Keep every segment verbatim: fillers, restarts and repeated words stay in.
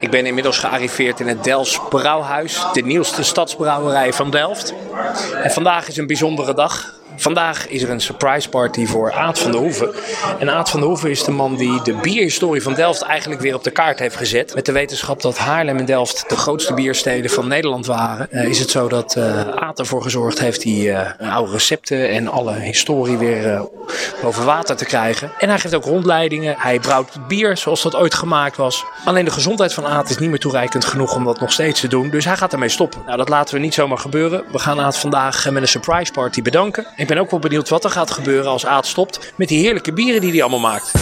Ik ben inmiddels gearriveerd in het Delfts Brouwhuis, de nieuwste stadsbrouwerij van Delft. En vandaag is een bijzondere dag. Vandaag is er een surprise party voor Aad van der Hoeven. En Aad van der Hoeven is de man die de bierhistorie van Delft eigenlijk weer op de kaart heeft gezet. Met de wetenschap dat Haarlem en Delft de grootste biersteden van Nederland waren, uh, is het zo dat uh, Aad ervoor gezorgd heeft die uh, oude recepten en alle historie weer uh, boven water te krijgen. En hij geeft ook rondleidingen. Hij brouwt het bier zoals dat ooit gemaakt was. Alleen de gezondheid van Aad is niet meer toereikend genoeg om dat nog steeds te doen. Dus hij gaat ermee stoppen. Nou, dat laten we niet zomaar gebeuren. We gaan Aad vandaag met een surprise party bedanken. Ik ben ook wel benieuwd wat er gaat gebeuren als Aad stopt met die heerlijke bieren die hij allemaal maakt.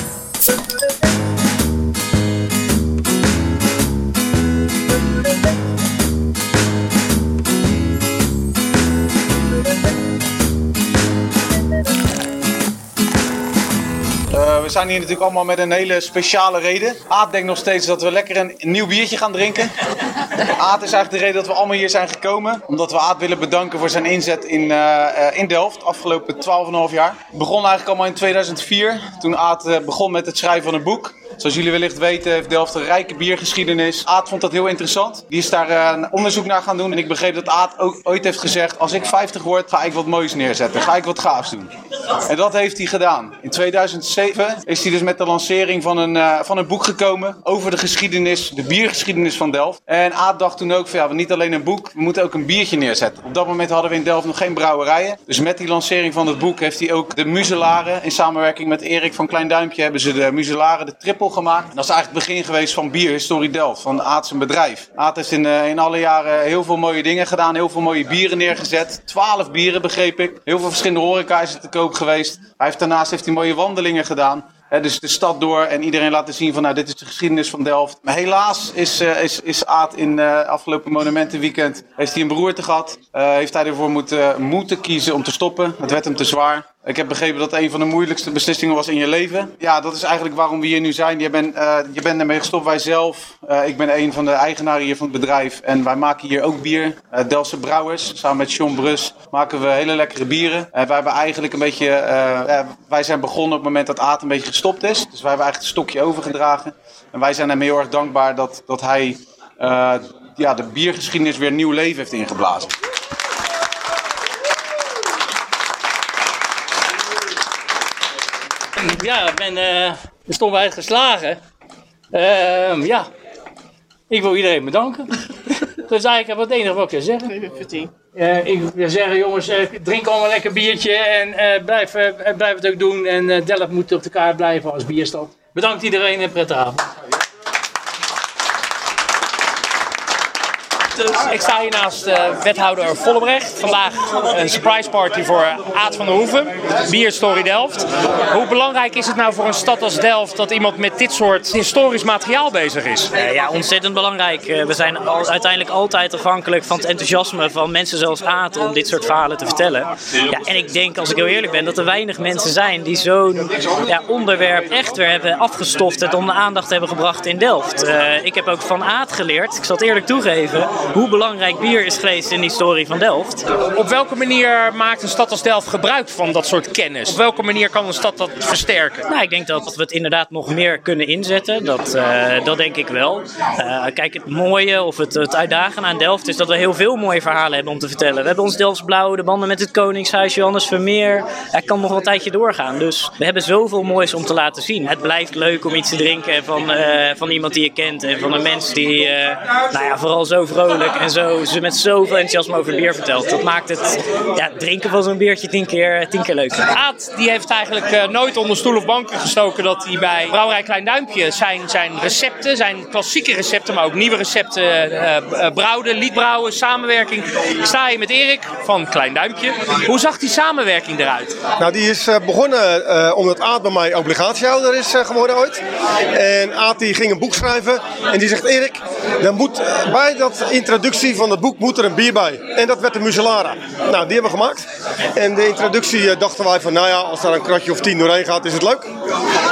Uh, we zijn hier natuurlijk allemaal met een hele speciale reden. Aad denkt nog steeds dat we lekker een nieuw biertje gaan drinken. Aad is eigenlijk de reden dat we allemaal hier zijn gekomen. Omdat we Aad willen bedanken voor zijn inzet in, uh, uh, in Delft afgelopen twaalf komma vijf jaar. Het begon eigenlijk allemaal in tweeduizend vier. Toen Aad uh, begon met het schrijven van een boek. Zoals jullie wellicht weten heeft Delft een rijke biergeschiedenis. Aad vond dat heel interessant. Die is daar uh, een onderzoek naar gaan doen. En ik begreep dat Aad ook ooit heeft gezegd: als ik vijftig word, ga ik wat moois neerzetten. Ga ik wat gaafs doen. En dat heeft hij gedaan. In tweeduizend zeven is hij dus met de lancering van een, uh, van een boek gekomen over de geschiedenis, de biergeschiedenis van Delft. En Aad dacht toen ook van ja, niet alleen een boek, we moeten ook een biertje neerzetten. Op dat moment hadden we in Delft nog geen brouwerijen. Dus met die lancering van het boek heeft hij ook de Muzelaren, in samenwerking met Erik van Klein Duimpje, hebben ze de Muzelaren de triple gemaakt. En dat is eigenlijk het begin geweest van Bierhistorie Delft, van Aad zijn bedrijf. Aad heeft in, uh, in alle jaren heel veel mooie dingen gedaan, heel veel mooie bieren neergezet. Twaalf bieren begreep ik. Heel veel verschillende horeca is het te koop geweest. Hij heeft, daarnaast heeft hij mooie wandelingen gedaan. He, dus de stad door en iedereen laten zien van nou, dit is de geschiedenis van Delft. Maar helaas is, uh, is, is Aad in uh, afgelopen monumentenweekend heeft hij een beroerte gehad. Uh, heeft hij ervoor moeten, moeten kiezen om te stoppen. Het werd hem te zwaar. Ik heb begrepen dat het een van de moeilijkste beslissingen was in je leven. Ja, dat is eigenlijk waarom we hier nu zijn. Je bent, uh, je bent ermee gestopt, wij zelf. Uh, ik ben een van de eigenaren hier van het bedrijf. En wij maken hier ook bier. Uh, Delftse Brouwers, samen met John Brus, maken we hele lekkere bieren. Uh, wij hebben eigenlijk een beetje, uh, uh, wij zijn begonnen op het moment dat Aad een beetje gestopt is. Dus wij hebben eigenlijk het stokje overgedragen. En wij zijn hem heel erg dankbaar dat, dat hij uh, ja, de biergeschiedenis weer nieuw leven heeft ingeblazen. Ja, ik ben uh, stomheid geslagen. Uh, ja, ik wil iedereen bedanken. Dat is eigenlijk wat het enige wat ik wil zeggen. Uh, ik wil zeggen, jongens, uh, drink allemaal een lekker biertje en uh, blijf, uh, blijf het ook doen. En uh, Delft moet op de kaart blijven als bierstad. Bedankt iedereen en prettige avond. Ik sta hier naast uh, wethouder Vollebrecht. Vandaag een surprise party voor Aad van der Hoeven, Bierhistorie Delft. Hoe belangrijk is het nou voor een stad als Delft dat iemand met dit soort historisch materiaal bezig is? Uh, ja, ontzettend belangrijk. Uh, we zijn al, uiteindelijk altijd afhankelijk van het enthousiasme van mensen zoals Aad om dit soort verhalen te vertellen. Ja, en ik denk, als ik heel eerlijk ben, dat er weinig mensen zijn die zo'n ja, onderwerp echt weer hebben afgestoft en onder aandacht hebben gebracht in Delft. Uh, ik heb ook van Aad geleerd, ik zal het eerlijk toegeven, hoe belangrijk bier is geweest in de historie van Delft. Op welke manier maakt een stad als Delft gebruik van dat soort kennis? Op welke manier kan een stad dat versterken? Nou, ik denk dat we het inderdaad nog meer kunnen inzetten. Dat, uh, dat denk ik wel. Uh, kijk, het mooie of het, het uitdagende aan Delft is dat we heel veel mooie verhalen hebben om te vertellen. We hebben ons Delfts Blauw, de banden met het Koningshuis, Johannes Vermeer. Het kan nog wel een tijdje doorgaan. Dus we hebben zoveel moois om te laten zien. Het blijft leuk om iets te drinken van, uh, van iemand die je kent en van een mens die uh, nou ja, vooral zo vrolijk en zo, ze met zoveel enthousiasme over bier vertelt. Dat maakt het ja, drinken van zo'n biertje tien keer, tien keer leuker. Aad die heeft eigenlijk uh, nooit onder stoel of banken gestoken dat hij bij Brouwerij Klein Duimpje zijn, zijn recepten, zijn klassieke recepten, maar ook nieuwe recepten uh, uh, brouwde, liet brouwen, samenwerking. Ik sta hier met Erik van Klein Duimpje. Hoe zag die samenwerking eruit? Nou, die is uh, begonnen uh, omdat Aad bij mij obligatiehouder is uh, geworden ooit. En Aad die ging een boek schrijven en die zegt: Erik, er moet uh, bij dat introductie van het boek moet er een bier bij. En dat werd de Muzelara. Nou, die hebben we gemaakt. En de introductie uh, dachten wij van, nou ja, als daar een kratje of tien doorheen gaat, is het leuk.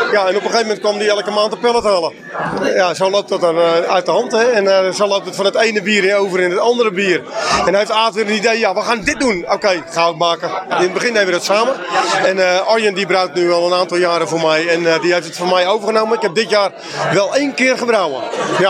Ja, en op een gegeven moment kwam die elke maand een pellet halen. Ja, zo loopt dat dan uh, uit de hand. Hè? En uh, zo loopt het van het ene bier over in het andere bier. En hij heeft Aad weer een idee, ja, we gaan dit doen. Oké, okay, ga ik maken. In het begin deden we dat samen. En uh, Arjen die brouwt nu al een aantal jaren voor mij. En uh, die heeft het van mij overgenomen. Ik heb dit jaar wel één keer gebrouwen. Ja.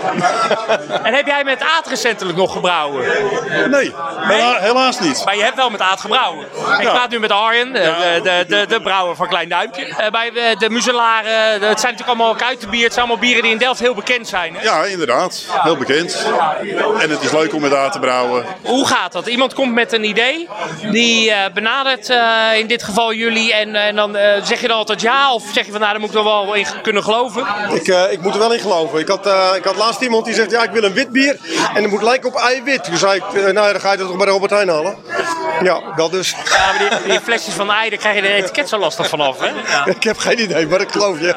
En heb jij met Aad recentelijk nog gebrouwen? Nee, hela- helaas niet. Maar je hebt wel met Aad gebrouwen. Ik praat nu met Arjen, de, de, de, de brouwer van Klein Duimpje. Uh, bij de, de Muzelaren, het zijn natuurlijk allemaal kuitenbieren. Het zijn allemaal bieren die in Delft heel bekend zijn. Hè? Ja, inderdaad. Heel bekend. En het is leuk om met Aad te brouwen. Hoe gaat dat? Iemand komt met een idee, die uh, benadert uh, in dit geval jullie en, uh, en dan uh, zeg je dan altijd ja of zeg je van nou, daar moet ik er wel in kunnen geloven? Ik, uh, ik moet er wel in geloven. Ik had, uh, ik had laatst iemand die zegt ja, ik wil een wit bier en het moet lijken op eiwit. Toen zei ik, uh, nou ja, dan ga je dat toch bij de Albert Heijn halen. Ja, dat dus. Ja, maar die, die flesjes van ei, daar krijg je de etiket zo lastig vanaf, hè? Ja. Ik heb geen idee, maar ik geloof je.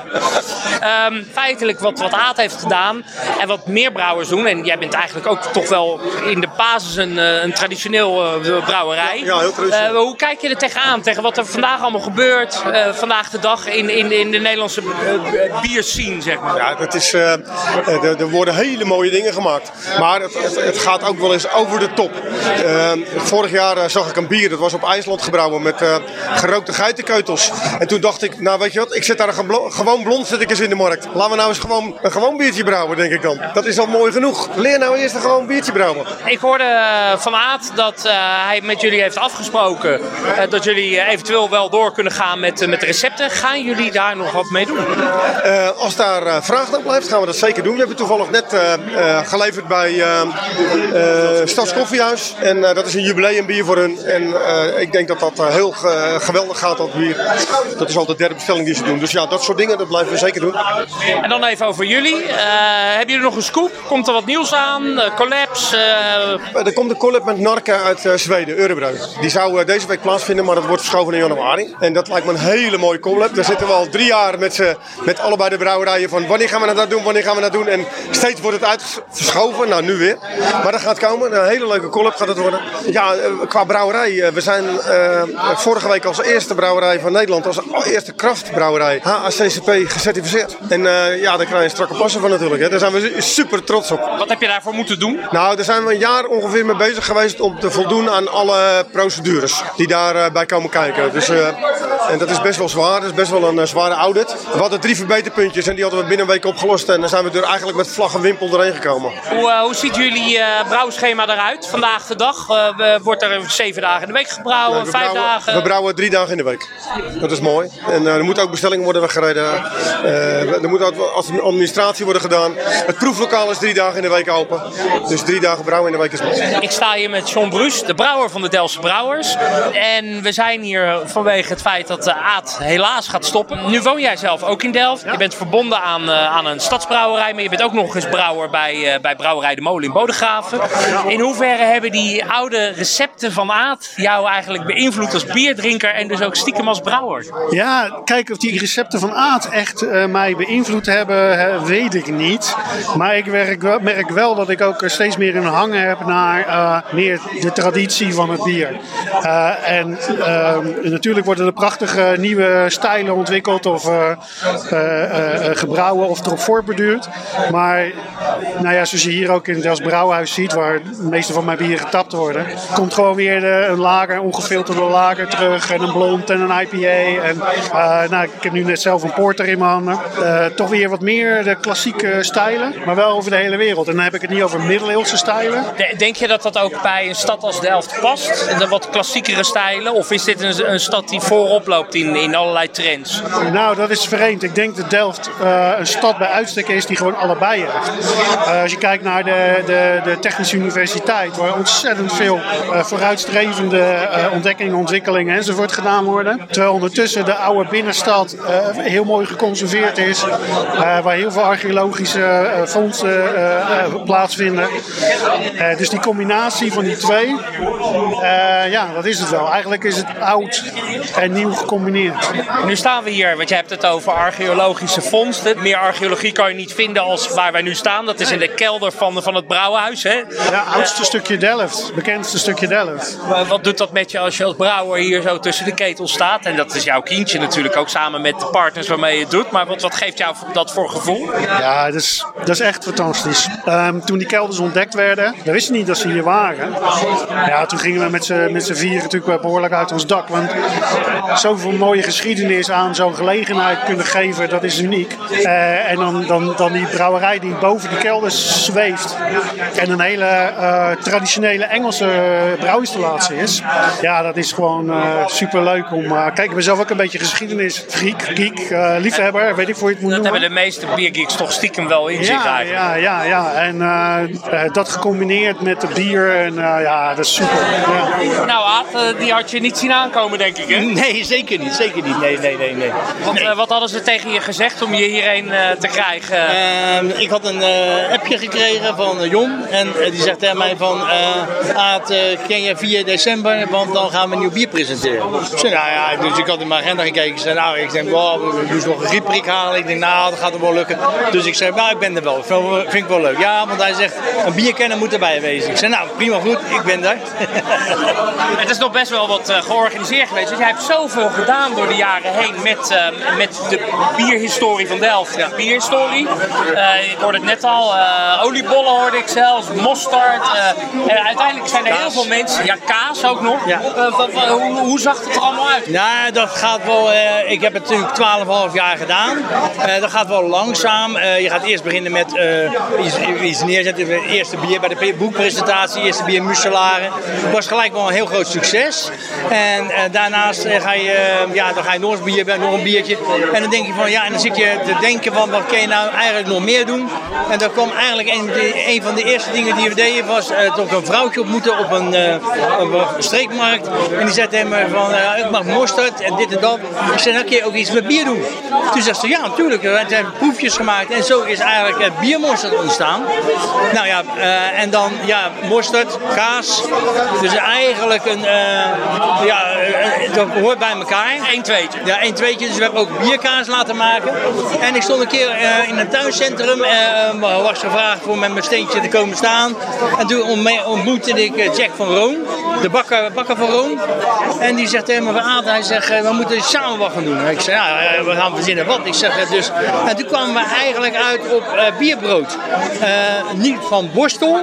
Um, feitelijk wat, wat Aad heeft gedaan en wat meer brouwers doen, en jij bent eigenlijk ook toch wel in de basis een, een traditioneel uh, brouwerij. Ja, heel traditioneel. Uh, hoe kijk je er tegenaan, tegen wat er vandaag allemaal gebeurt, uh, vandaag de dag in, in, in de Nederlandse uh, bierscene, zeg maar? Ja, dat is, uh, er, er worden hele mooie dingen gemaakt, maar het, het, het gaat ook wel eens over de top. Uh, vorig jaar uh, zag ik een bier, dat was op IJsland gebrouwen met uh, gerookte geitenkeutels. En toen dacht ik, nou weet je wat, ik zet daar een geblo- gewoon blond zet ik eens in de markt. Laten we nou eens gewoon een gewoon biertje brouwen, denk ik dan. Dat is al mooi genoeg. Leer nou eerst een gewoon biertje brouwen. Ik hoorde van Aad dat uh, hij met jullie heeft afgesproken uh, dat jullie uh, eventueel wel door kunnen gaan met, uh, met de recepten. Gaan jullie daar nog wat mee doen? Uh, als daar uh, vraag naar blijft, gaan we dat zeker doen. We hebben toevallig net uh, uh, geleverd bij uh, uh, Stads Koffiehuis. En uh, dat is een jubileumbier voor hun. En uh, ik denk dat dat uh, heel uh, geweldig gaat, dat bier. Dat is al de derde bestelling die ze doen. Dus ja, dat soort dingen, dat blijven we zeker doen. En dan even over jullie. Uh, hebben jullie nog een scoop? Komt er wat nieuws aan? Uh, collabs? Uh... Er komt een collab met Narca uit uh, Zweden, Örebro. Die zou uh, deze week plaatsvinden, maar dat wordt verschoven in januari. En dat lijkt me een hele mooie collab. Daar zitten we al drie jaar met, z'n, met allebei de brouwerijen van wanneer gaan we nou dat doen, wanneer gaan we dat doen. En steeds wordt het uitgeschoven. Nou, nu weer. Maar dat gaat komen. Een hele leuke collab gaat het worden. Ja, uh, qua brouwerij. Uh, we zijn uh, vorige week als eerste brouwerij van Nederland, als eerste kraftbrouwerij, H A C C P gecertificeerd. En uh, ja, daar krijg je een strakke passen van natuurlijk. Hè. Daar zijn we super trots op. Wat heb je daarvoor moeten doen? Nou, daar zijn we een jaar ongeveer mee bezig geweest om te voldoen aan alle procedures die daarbij uh, bij komen kijken. Dus, uh, en dat is best wel zwaar. Dat is best wel een uh, zware audit. We hadden drie verbeterpuntjes en die hadden we binnen een week opgelost. En dan zijn we er eigenlijk met vlag en wimpel doorheen gekomen. Hoe, uh, hoe ziet jullie uh, brouwschema eruit vandaag de dag? Uh, wordt er zeven dagen in de week gebrouwen? Nee, we vijf brouwen, dagen? We brouwen drie dagen in de week. Dat is mooi. En uh, er moeten ook bestellingen worden weggereden. Uh, er moet ook administratie worden gedaan. Het proeflokaal is drie dagen in de week open. Dus drie dagen brouwen in de week is mooi. Ik sta hier met John Bruus, de brouwer van de Delftse Brouwers. En we zijn hier vanwege het feit dat uh, Aad helaas gaat stoppen. Nu woon jij zelf ook in Delft. Ja. Je bent verbonden aan, uh, aan een stadsbrouwerij, maar je bent ook nog eens brouwer bij, uh, bij Brouwerij de Molen in Bodegraven. In hoeverre hebben die oude recepten van Aad jou eigenlijk beïnvloed als bierdrinker en dus ook stiekem als brouwer? Ja, kijk of die recepten van Aad echt uh, mij beïnvloed hebben, uh, weet ik niet. Maar ik merk wel, merk wel dat ik ook steeds meer een hang heb naar uh, meer de traditie van het bier. Uh, en uh, natuurlijk worden er prachtige nieuwe stijlen ontwikkeld of uh, uh, uh, gebrouwen of erop voortborduurd. Maar nou ja, zoals je hier ook in het Delfts Brouwhuis ziet, waar de meeste van mijn bieren getapt worden, komt gewoon weer de, een lager, ongefilterde lager terug en een blond en een I P A. En uh, nou, ik heb nu net zelf een porter in mijn handen. Uh, toch weer wat meer de klassieke stijlen, maar wel over de hele wereld. En dan heb ik het niet over middeleeuwse stijlen. Denk je dat dat ook bij een stad als Delft past? De wat klassiekere stijlen? Of is dit een, een stad die voorop loopt in, in allerlei trends? Nou, dat is vreemd. Ik denk dat Delft uh, een stad bij uitstek is die gewoon allebei heeft. Uh, als je kijkt naar de, de, de Technische Universiteit, waar ontzettend veel uh, vooruitstrevende uh, ontdekkingen, ontwikkelingen enzovoort gedaan worden. Terwijl ondertussen de oude binnenstad uh, heel mooi geconserveerd is. Uh, waar heel veel archeologische uh, vondsten uh, uh, plaatsvinden. Uh, dus die combinatie van die twee, uh, ja, dat is het wel. Eigenlijk is het oud en nieuw gecombineerd. Nu staan we hier, want je hebt het over archeologische vondsten. Meer archeologie kan je niet vinden als waar wij nu staan. Dat is in de kelder van, van het brouwhuis, hè? Ja, oudste stukje Delft. Bekendste stukje Delft. Wat doet dat met je als je als brouwer hier zo tussen de ketels staat? En dat is jouw kindje natuurlijk ook samen met de partners waarmee je het doet. Maar wat, wat geeft jou dat voor gevoel? Ja, dat is, dat is echt fantastisch. Um, toen die kelders ontdekt werden, we wisten niet dat ze hier waren. Ja, toen gingen we met z'n, met z'n vieren natuurlijk behoorlijk uit ons dak. Want zoveel mooie geschiedenis aan zo'n gelegenheid kunnen geven, dat is uniek. Uh, en dan, dan, dan die brouwerij die boven die kelders zweeft. En een hele uh, traditionele Engelse brouwinstallatie is. Ja, dat is gewoon uh, superleuk om... Uh, kijk, ik ben zelf ook een beetje geschiedenisfreak, geek, uh, liefhebber, weet ik hoe je het moet dat noemen. hebben de meeste biergeeks toch stiekem wel in zich Ja, eigenlijk. ja, ja, ja. En uh, uh, dat gecombineerd met de bier. En uh, ja, dat is super. Ja. Nou Aad, uh, die had je niet zien aankomen denk ik hè? Nee, zeker niet. Zeker niet. Nee, nee, nee. nee. Want, uh, wat hadden ze tegen je gezegd om je hierheen uh, te krijgen? Uh, ik had een uh, appje gekregen van uh, Jon. En uh, die zegt tegen mij van... Uh, Aad, uh, ken je vier december? Want dan gaan we een nieuw bier presenteren. Ik zei, nou ja, dus ik had in mijn agenda gekeken. Ik zei, nou, ik denk, wow, we moeten nog een griepprik halen. Ik denk, nou, dat gaat er wel lukken. Dus ik zei, nou, ik ben er wel. Vind, vind ik wel leuk. Ja, want hij zegt, een bierkenner moet erbij wezen. Ik zei, nou, prima goed, ik ben daar. Het is nog best wel wat uh, georganiseerd geweest. Dus jij hebt zoveel gedaan door de jaren heen met, uh, met de bierhistorie van Delft. Ja. Bierhistorie. Uh, ik hoorde het net al. Uh, oliebollen hoorde ik zelfs. Mosterd. Uh, uh, uiteindelijk zijn er kaas. Heel veel mensen. Ja, kaas ook nog. Ja. Uh, uh, uh, hoe, hoe zag het er allemaal uit? Nou, dat gaat wel... Uh, ik heb het natuurlijk twaalf komma vijf jaar gedaan. Uh, dat gaat wel langzaam. Uh, je gaat eerst beginnen met uh, iets, iets neerzetten. Het eerste bier bij de boekpresentatie. Eerste bier Musselaren. Dat was gelijk wel een heel groot succes. En uh, daarnaast uh, ga je, uh, ja, dan ga je nog een bier bij, nog een biertje. En dan denk je van, ja, en dan zit je te denken van, wat kun je nou eigenlijk nog meer doen? En dan kwam eigenlijk een, een van de eerste dingen die we deden, was uh, toch een vrouwtje ontmoeten op een, uh, op een streekmarkt. En die zei tegen me van, uh, ik mag mosterd en dit en dat. Ik zei, nou kun je ook iets met bier doen? Toen zei ze, ja, natuurlijk. We hebben proefjes gemaakt en zo is eigenlijk uh, biermosterd ontstaan. Nou ja, uh, en dan, ja, mosterd, kaas. Dus eigenlijk een, uh, ja, uh, dat hoort bij elkaar. Eén tweetje. Ja, één tweetje. Dus we hebben ook bierkaas laten maken. En ik stond een keer uh, in een tuincentrum. Uh, was gevraagd voor met mijn steentje te komen staan. En toen ontmoette ik uh, Jack van Roon. De bakker, bakker van Roon. En die zegt tegen me van Aad, hij zegt, uh, we moeten samen wat gaan doen. En ik zei, ja, we gaan verzinnen wat. Ik zeg, uh, dus. En toen kwamen we eigenlijk uit op uh, bierbrood. Uh, niet van borstel,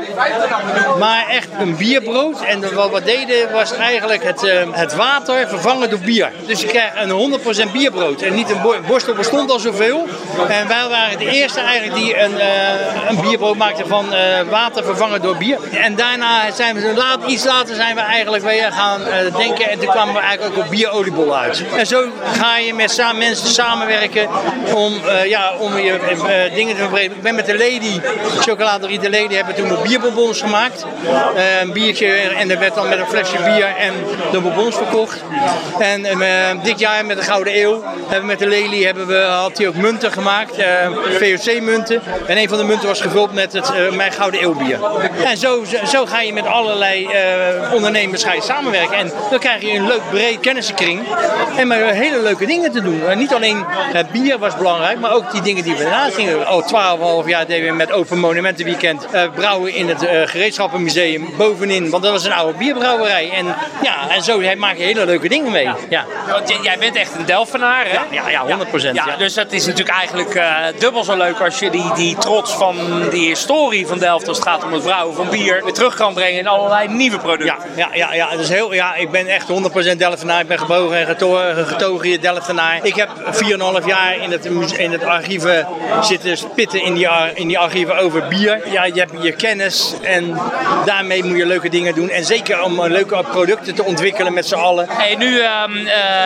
maar echt een bierbrood. En wat we deden was eigenlijk het, uh, het water vervangen door bier. Dus je krijgt een honderd procent bierbrood. En niet een borstel bestond al zoveel. En wij waren de eerste eigenlijk die een, uh, een bierbrood maakten van uh, water vervangen door bier. En daarna zijn we laat, iets later zijn we eigenlijk weer gaan uh, denken. En toen kwamen we eigenlijk ook op bieroliebollen uit. En zo ga je met sa- mensen samenwerken om, uh, ja, om je uh, dingen te verbreden. Ik ben met de Lady, chocolaterie de Lady, hebben toen nog bierbonbons gemaakt. Uh, een biertje en er werd dan met een flesje bier en de bonbons verkocht. En uh, dit jaar met de Gouden Eeuw hebben we met de Lely hebben we, had hij ook munten gemaakt, uh, V O C-munten. En een van de munten was gevuld met het uh, Mijn Gouden Eeuw bier. En zo, zo ga je met allerlei uh, ondernemers ga je samenwerken. En dan krijg je een leuk breed kennissenkring. En maar hele leuke dingen te doen. Uh, niet alleen het bier was belangrijk, maar ook die dingen die we daarnaast gingen. Al twaalf komma vijf jaar deden we met Open Monumentenweekend uh, brouwen in het uh, Gereedschappenmuseum bovenin. Want dat was een oude bierbrouwerij. En ja, en zo maak je hele leuke dingen mee. Ja. Want j- jij bent echt een Delftenaar, hè? Ja, ja, ja, honderd procent. Ja, Ja. Dus dat is natuurlijk eigenlijk uh, dubbel zo leuk als je die, die trots van die historie van Delft als het gaat om het brouwen van bier weer terug kan brengen in allerlei nieuwe producten. Ja, ja, ja, ja, dus heel, ja, ik ben echt honderd procent Delftenaar. Ik ben gebogen en getogen, getogen hier Delftenaar. Ik heb vier komma vijf jaar in het, in het archieven zitten spitten in die, in die archieven over bier. Ja, je hebt je kennis en daarmee moet je leuke dingen doen. En zeker om leuke producten te ontwikkelen met z'n allen. Hey, nu, uh, uh,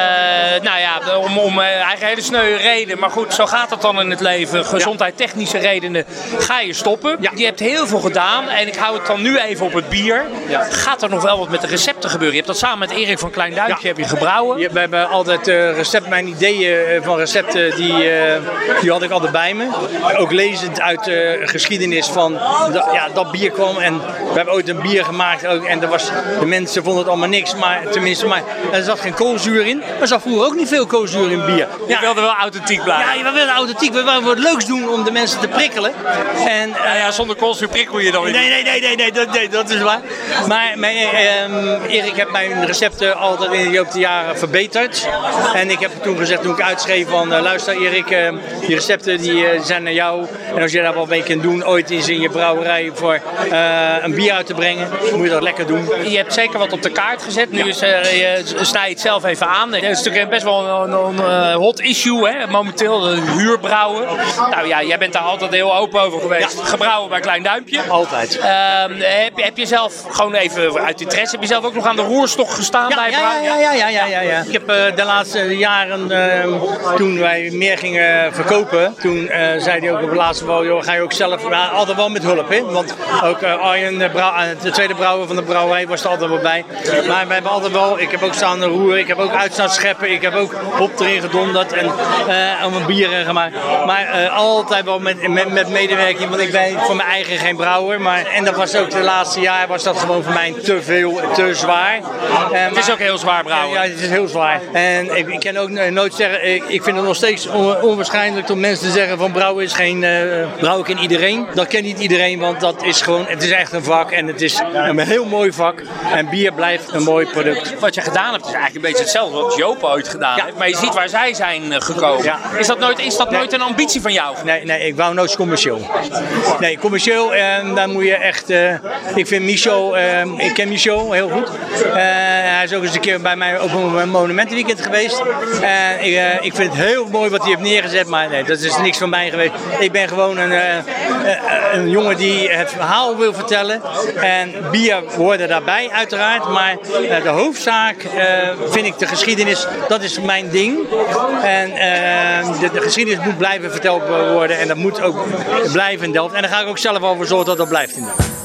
nou ja, om, om uh, eigen hele sneuwe reden, maar goed, zo gaat het dan in het leven. Gezondheidstechnische redenen ga je stoppen. Ja. Je hebt heel veel gedaan en ik hou het dan nu even op het bier. Ja. Gaat er nog wel wel wat met de recepten gebeuren. Je hebt dat samen met Erik van Klein Duimpje ja. heb je gebrouwen. Ja, we hebben altijd uh, recept, mijn ideeën van recepten, die, uh, die had ik altijd bij me. Ook lezend uit de uh, geschiedenis van dat, ja, dat bier kwam. En we hebben ooit een bier gemaakt ook, en er was, de mensen vonden het allemaal niks, maar tenminste, maar, er zat geen koolzuur in. Er zat vroeger ook niet veel koolzuur in bier. Je ja. wilde wel authentiek blijven. Ja, je wilde authentiek. We wilden wat leuks doen om de mensen te prikkelen. En, uh, ja, ja, zonder koolzuur prikkel je dan niet. Nee, nee, nee, nee, nee, dat, nee dat is waar. Maar mijn, um, Erik heeft mijn recepten altijd in de loop der jaren verbeterd. En ik heb toen gezegd, toen ik uitschreef van, uh, luister Erik, uh, die recepten die uh, zijn naar jou. En als je daar wat mee kunt doen, ooit eens in je brouwerij voor uh, een bier uit te brengen, moet je dat lekker doen. Je hebt zeker wat op de kaart gezet. Nu is, uh, je, snij je het zelf even aan. Het is natuurlijk best wel een, een, een hot issue, hè, momenteel, huurbrouwen. Nou ja, jij bent daar altijd heel open over geweest. Ja. Gebrouwen bij Klein Duimpje. Altijd. Uh, heb, heb je zelf, gewoon even uit interesse, heb je zelf ook nog aan de roerstok gestaan ja, bij ja, brouwen? Ja, ja, ja, ja, ja, ja. Ik heb uh, de laatste jaren, uh, toen wij meer gingen verkopen, toen uh, zei hij ook op het laatste wel, joh, ga je ook zelf, nou, altijd wel met hulp, hè? Want ook uh, Arjen, de, brouw, de tweede brouwer van de brouwerij, was er altijd wel bij. Maar we hebben altijd wel, ik heb ook staan roeren, ik heb ook uit staan scheppen, ik heb ook hop erin gedonderd en uh, om een bier gemaakt. Maar uh, altijd wel met, met, met medewerking, want ik ben voor mijn eigen geen brouwer. Maar, en dat was ook de laatste jaar, was dat gewoon voor mij te veel, te zwaar. Uh, het is maar, ook heel zwaar brouwen. Ja, het is heel zwaar. En ik, ik kan ook nooit zeggen, ik, ik vind het nog steeds on, onwaarschijnlijk om mensen te zeggen van brouwen is geen, uh, brouwen kan iedereen. Dat kent niet iedereen, want dat is gewoon, het is echt een vak en het is een heel mooi vak. En bier blijft een mooi product. Wat je gedaan hebt is eigenlijk een beetje hetzelfde wat Joop ooit gedaan ja. heeft. Maar je ziet waar zij zijn gekomen. Ja. Is dat nooit, is dat nee. nooit een ambitie van jou? Nee, nee, ik wou nooit commercieel. Nee, commercieel, eh, daar moet je echt... Uh, ik vind Michel, uh, ik ken Michel heel goed. Uh, hij is ook eens een keer bij mij op een monumentenweekend geweest. Uh, ik, uh, ik vind het heel mooi wat hij heeft neergezet, maar nee, dat is niks van mij geweest. Ik ben gewoon een, uh, uh, een jongen die het verhaal wil vertellen. En bier hoorde daarbij uiteraard, maar uh, de hoofdzaak uh, vind ik de geschiedenis, dat is mijn ding. En uh, de, de geschiedenis moet blijven verteld worden en dat moet ook blijven in Delft. En daar ga ik ook zelf al voor zorgen dat dat blijft in Delft.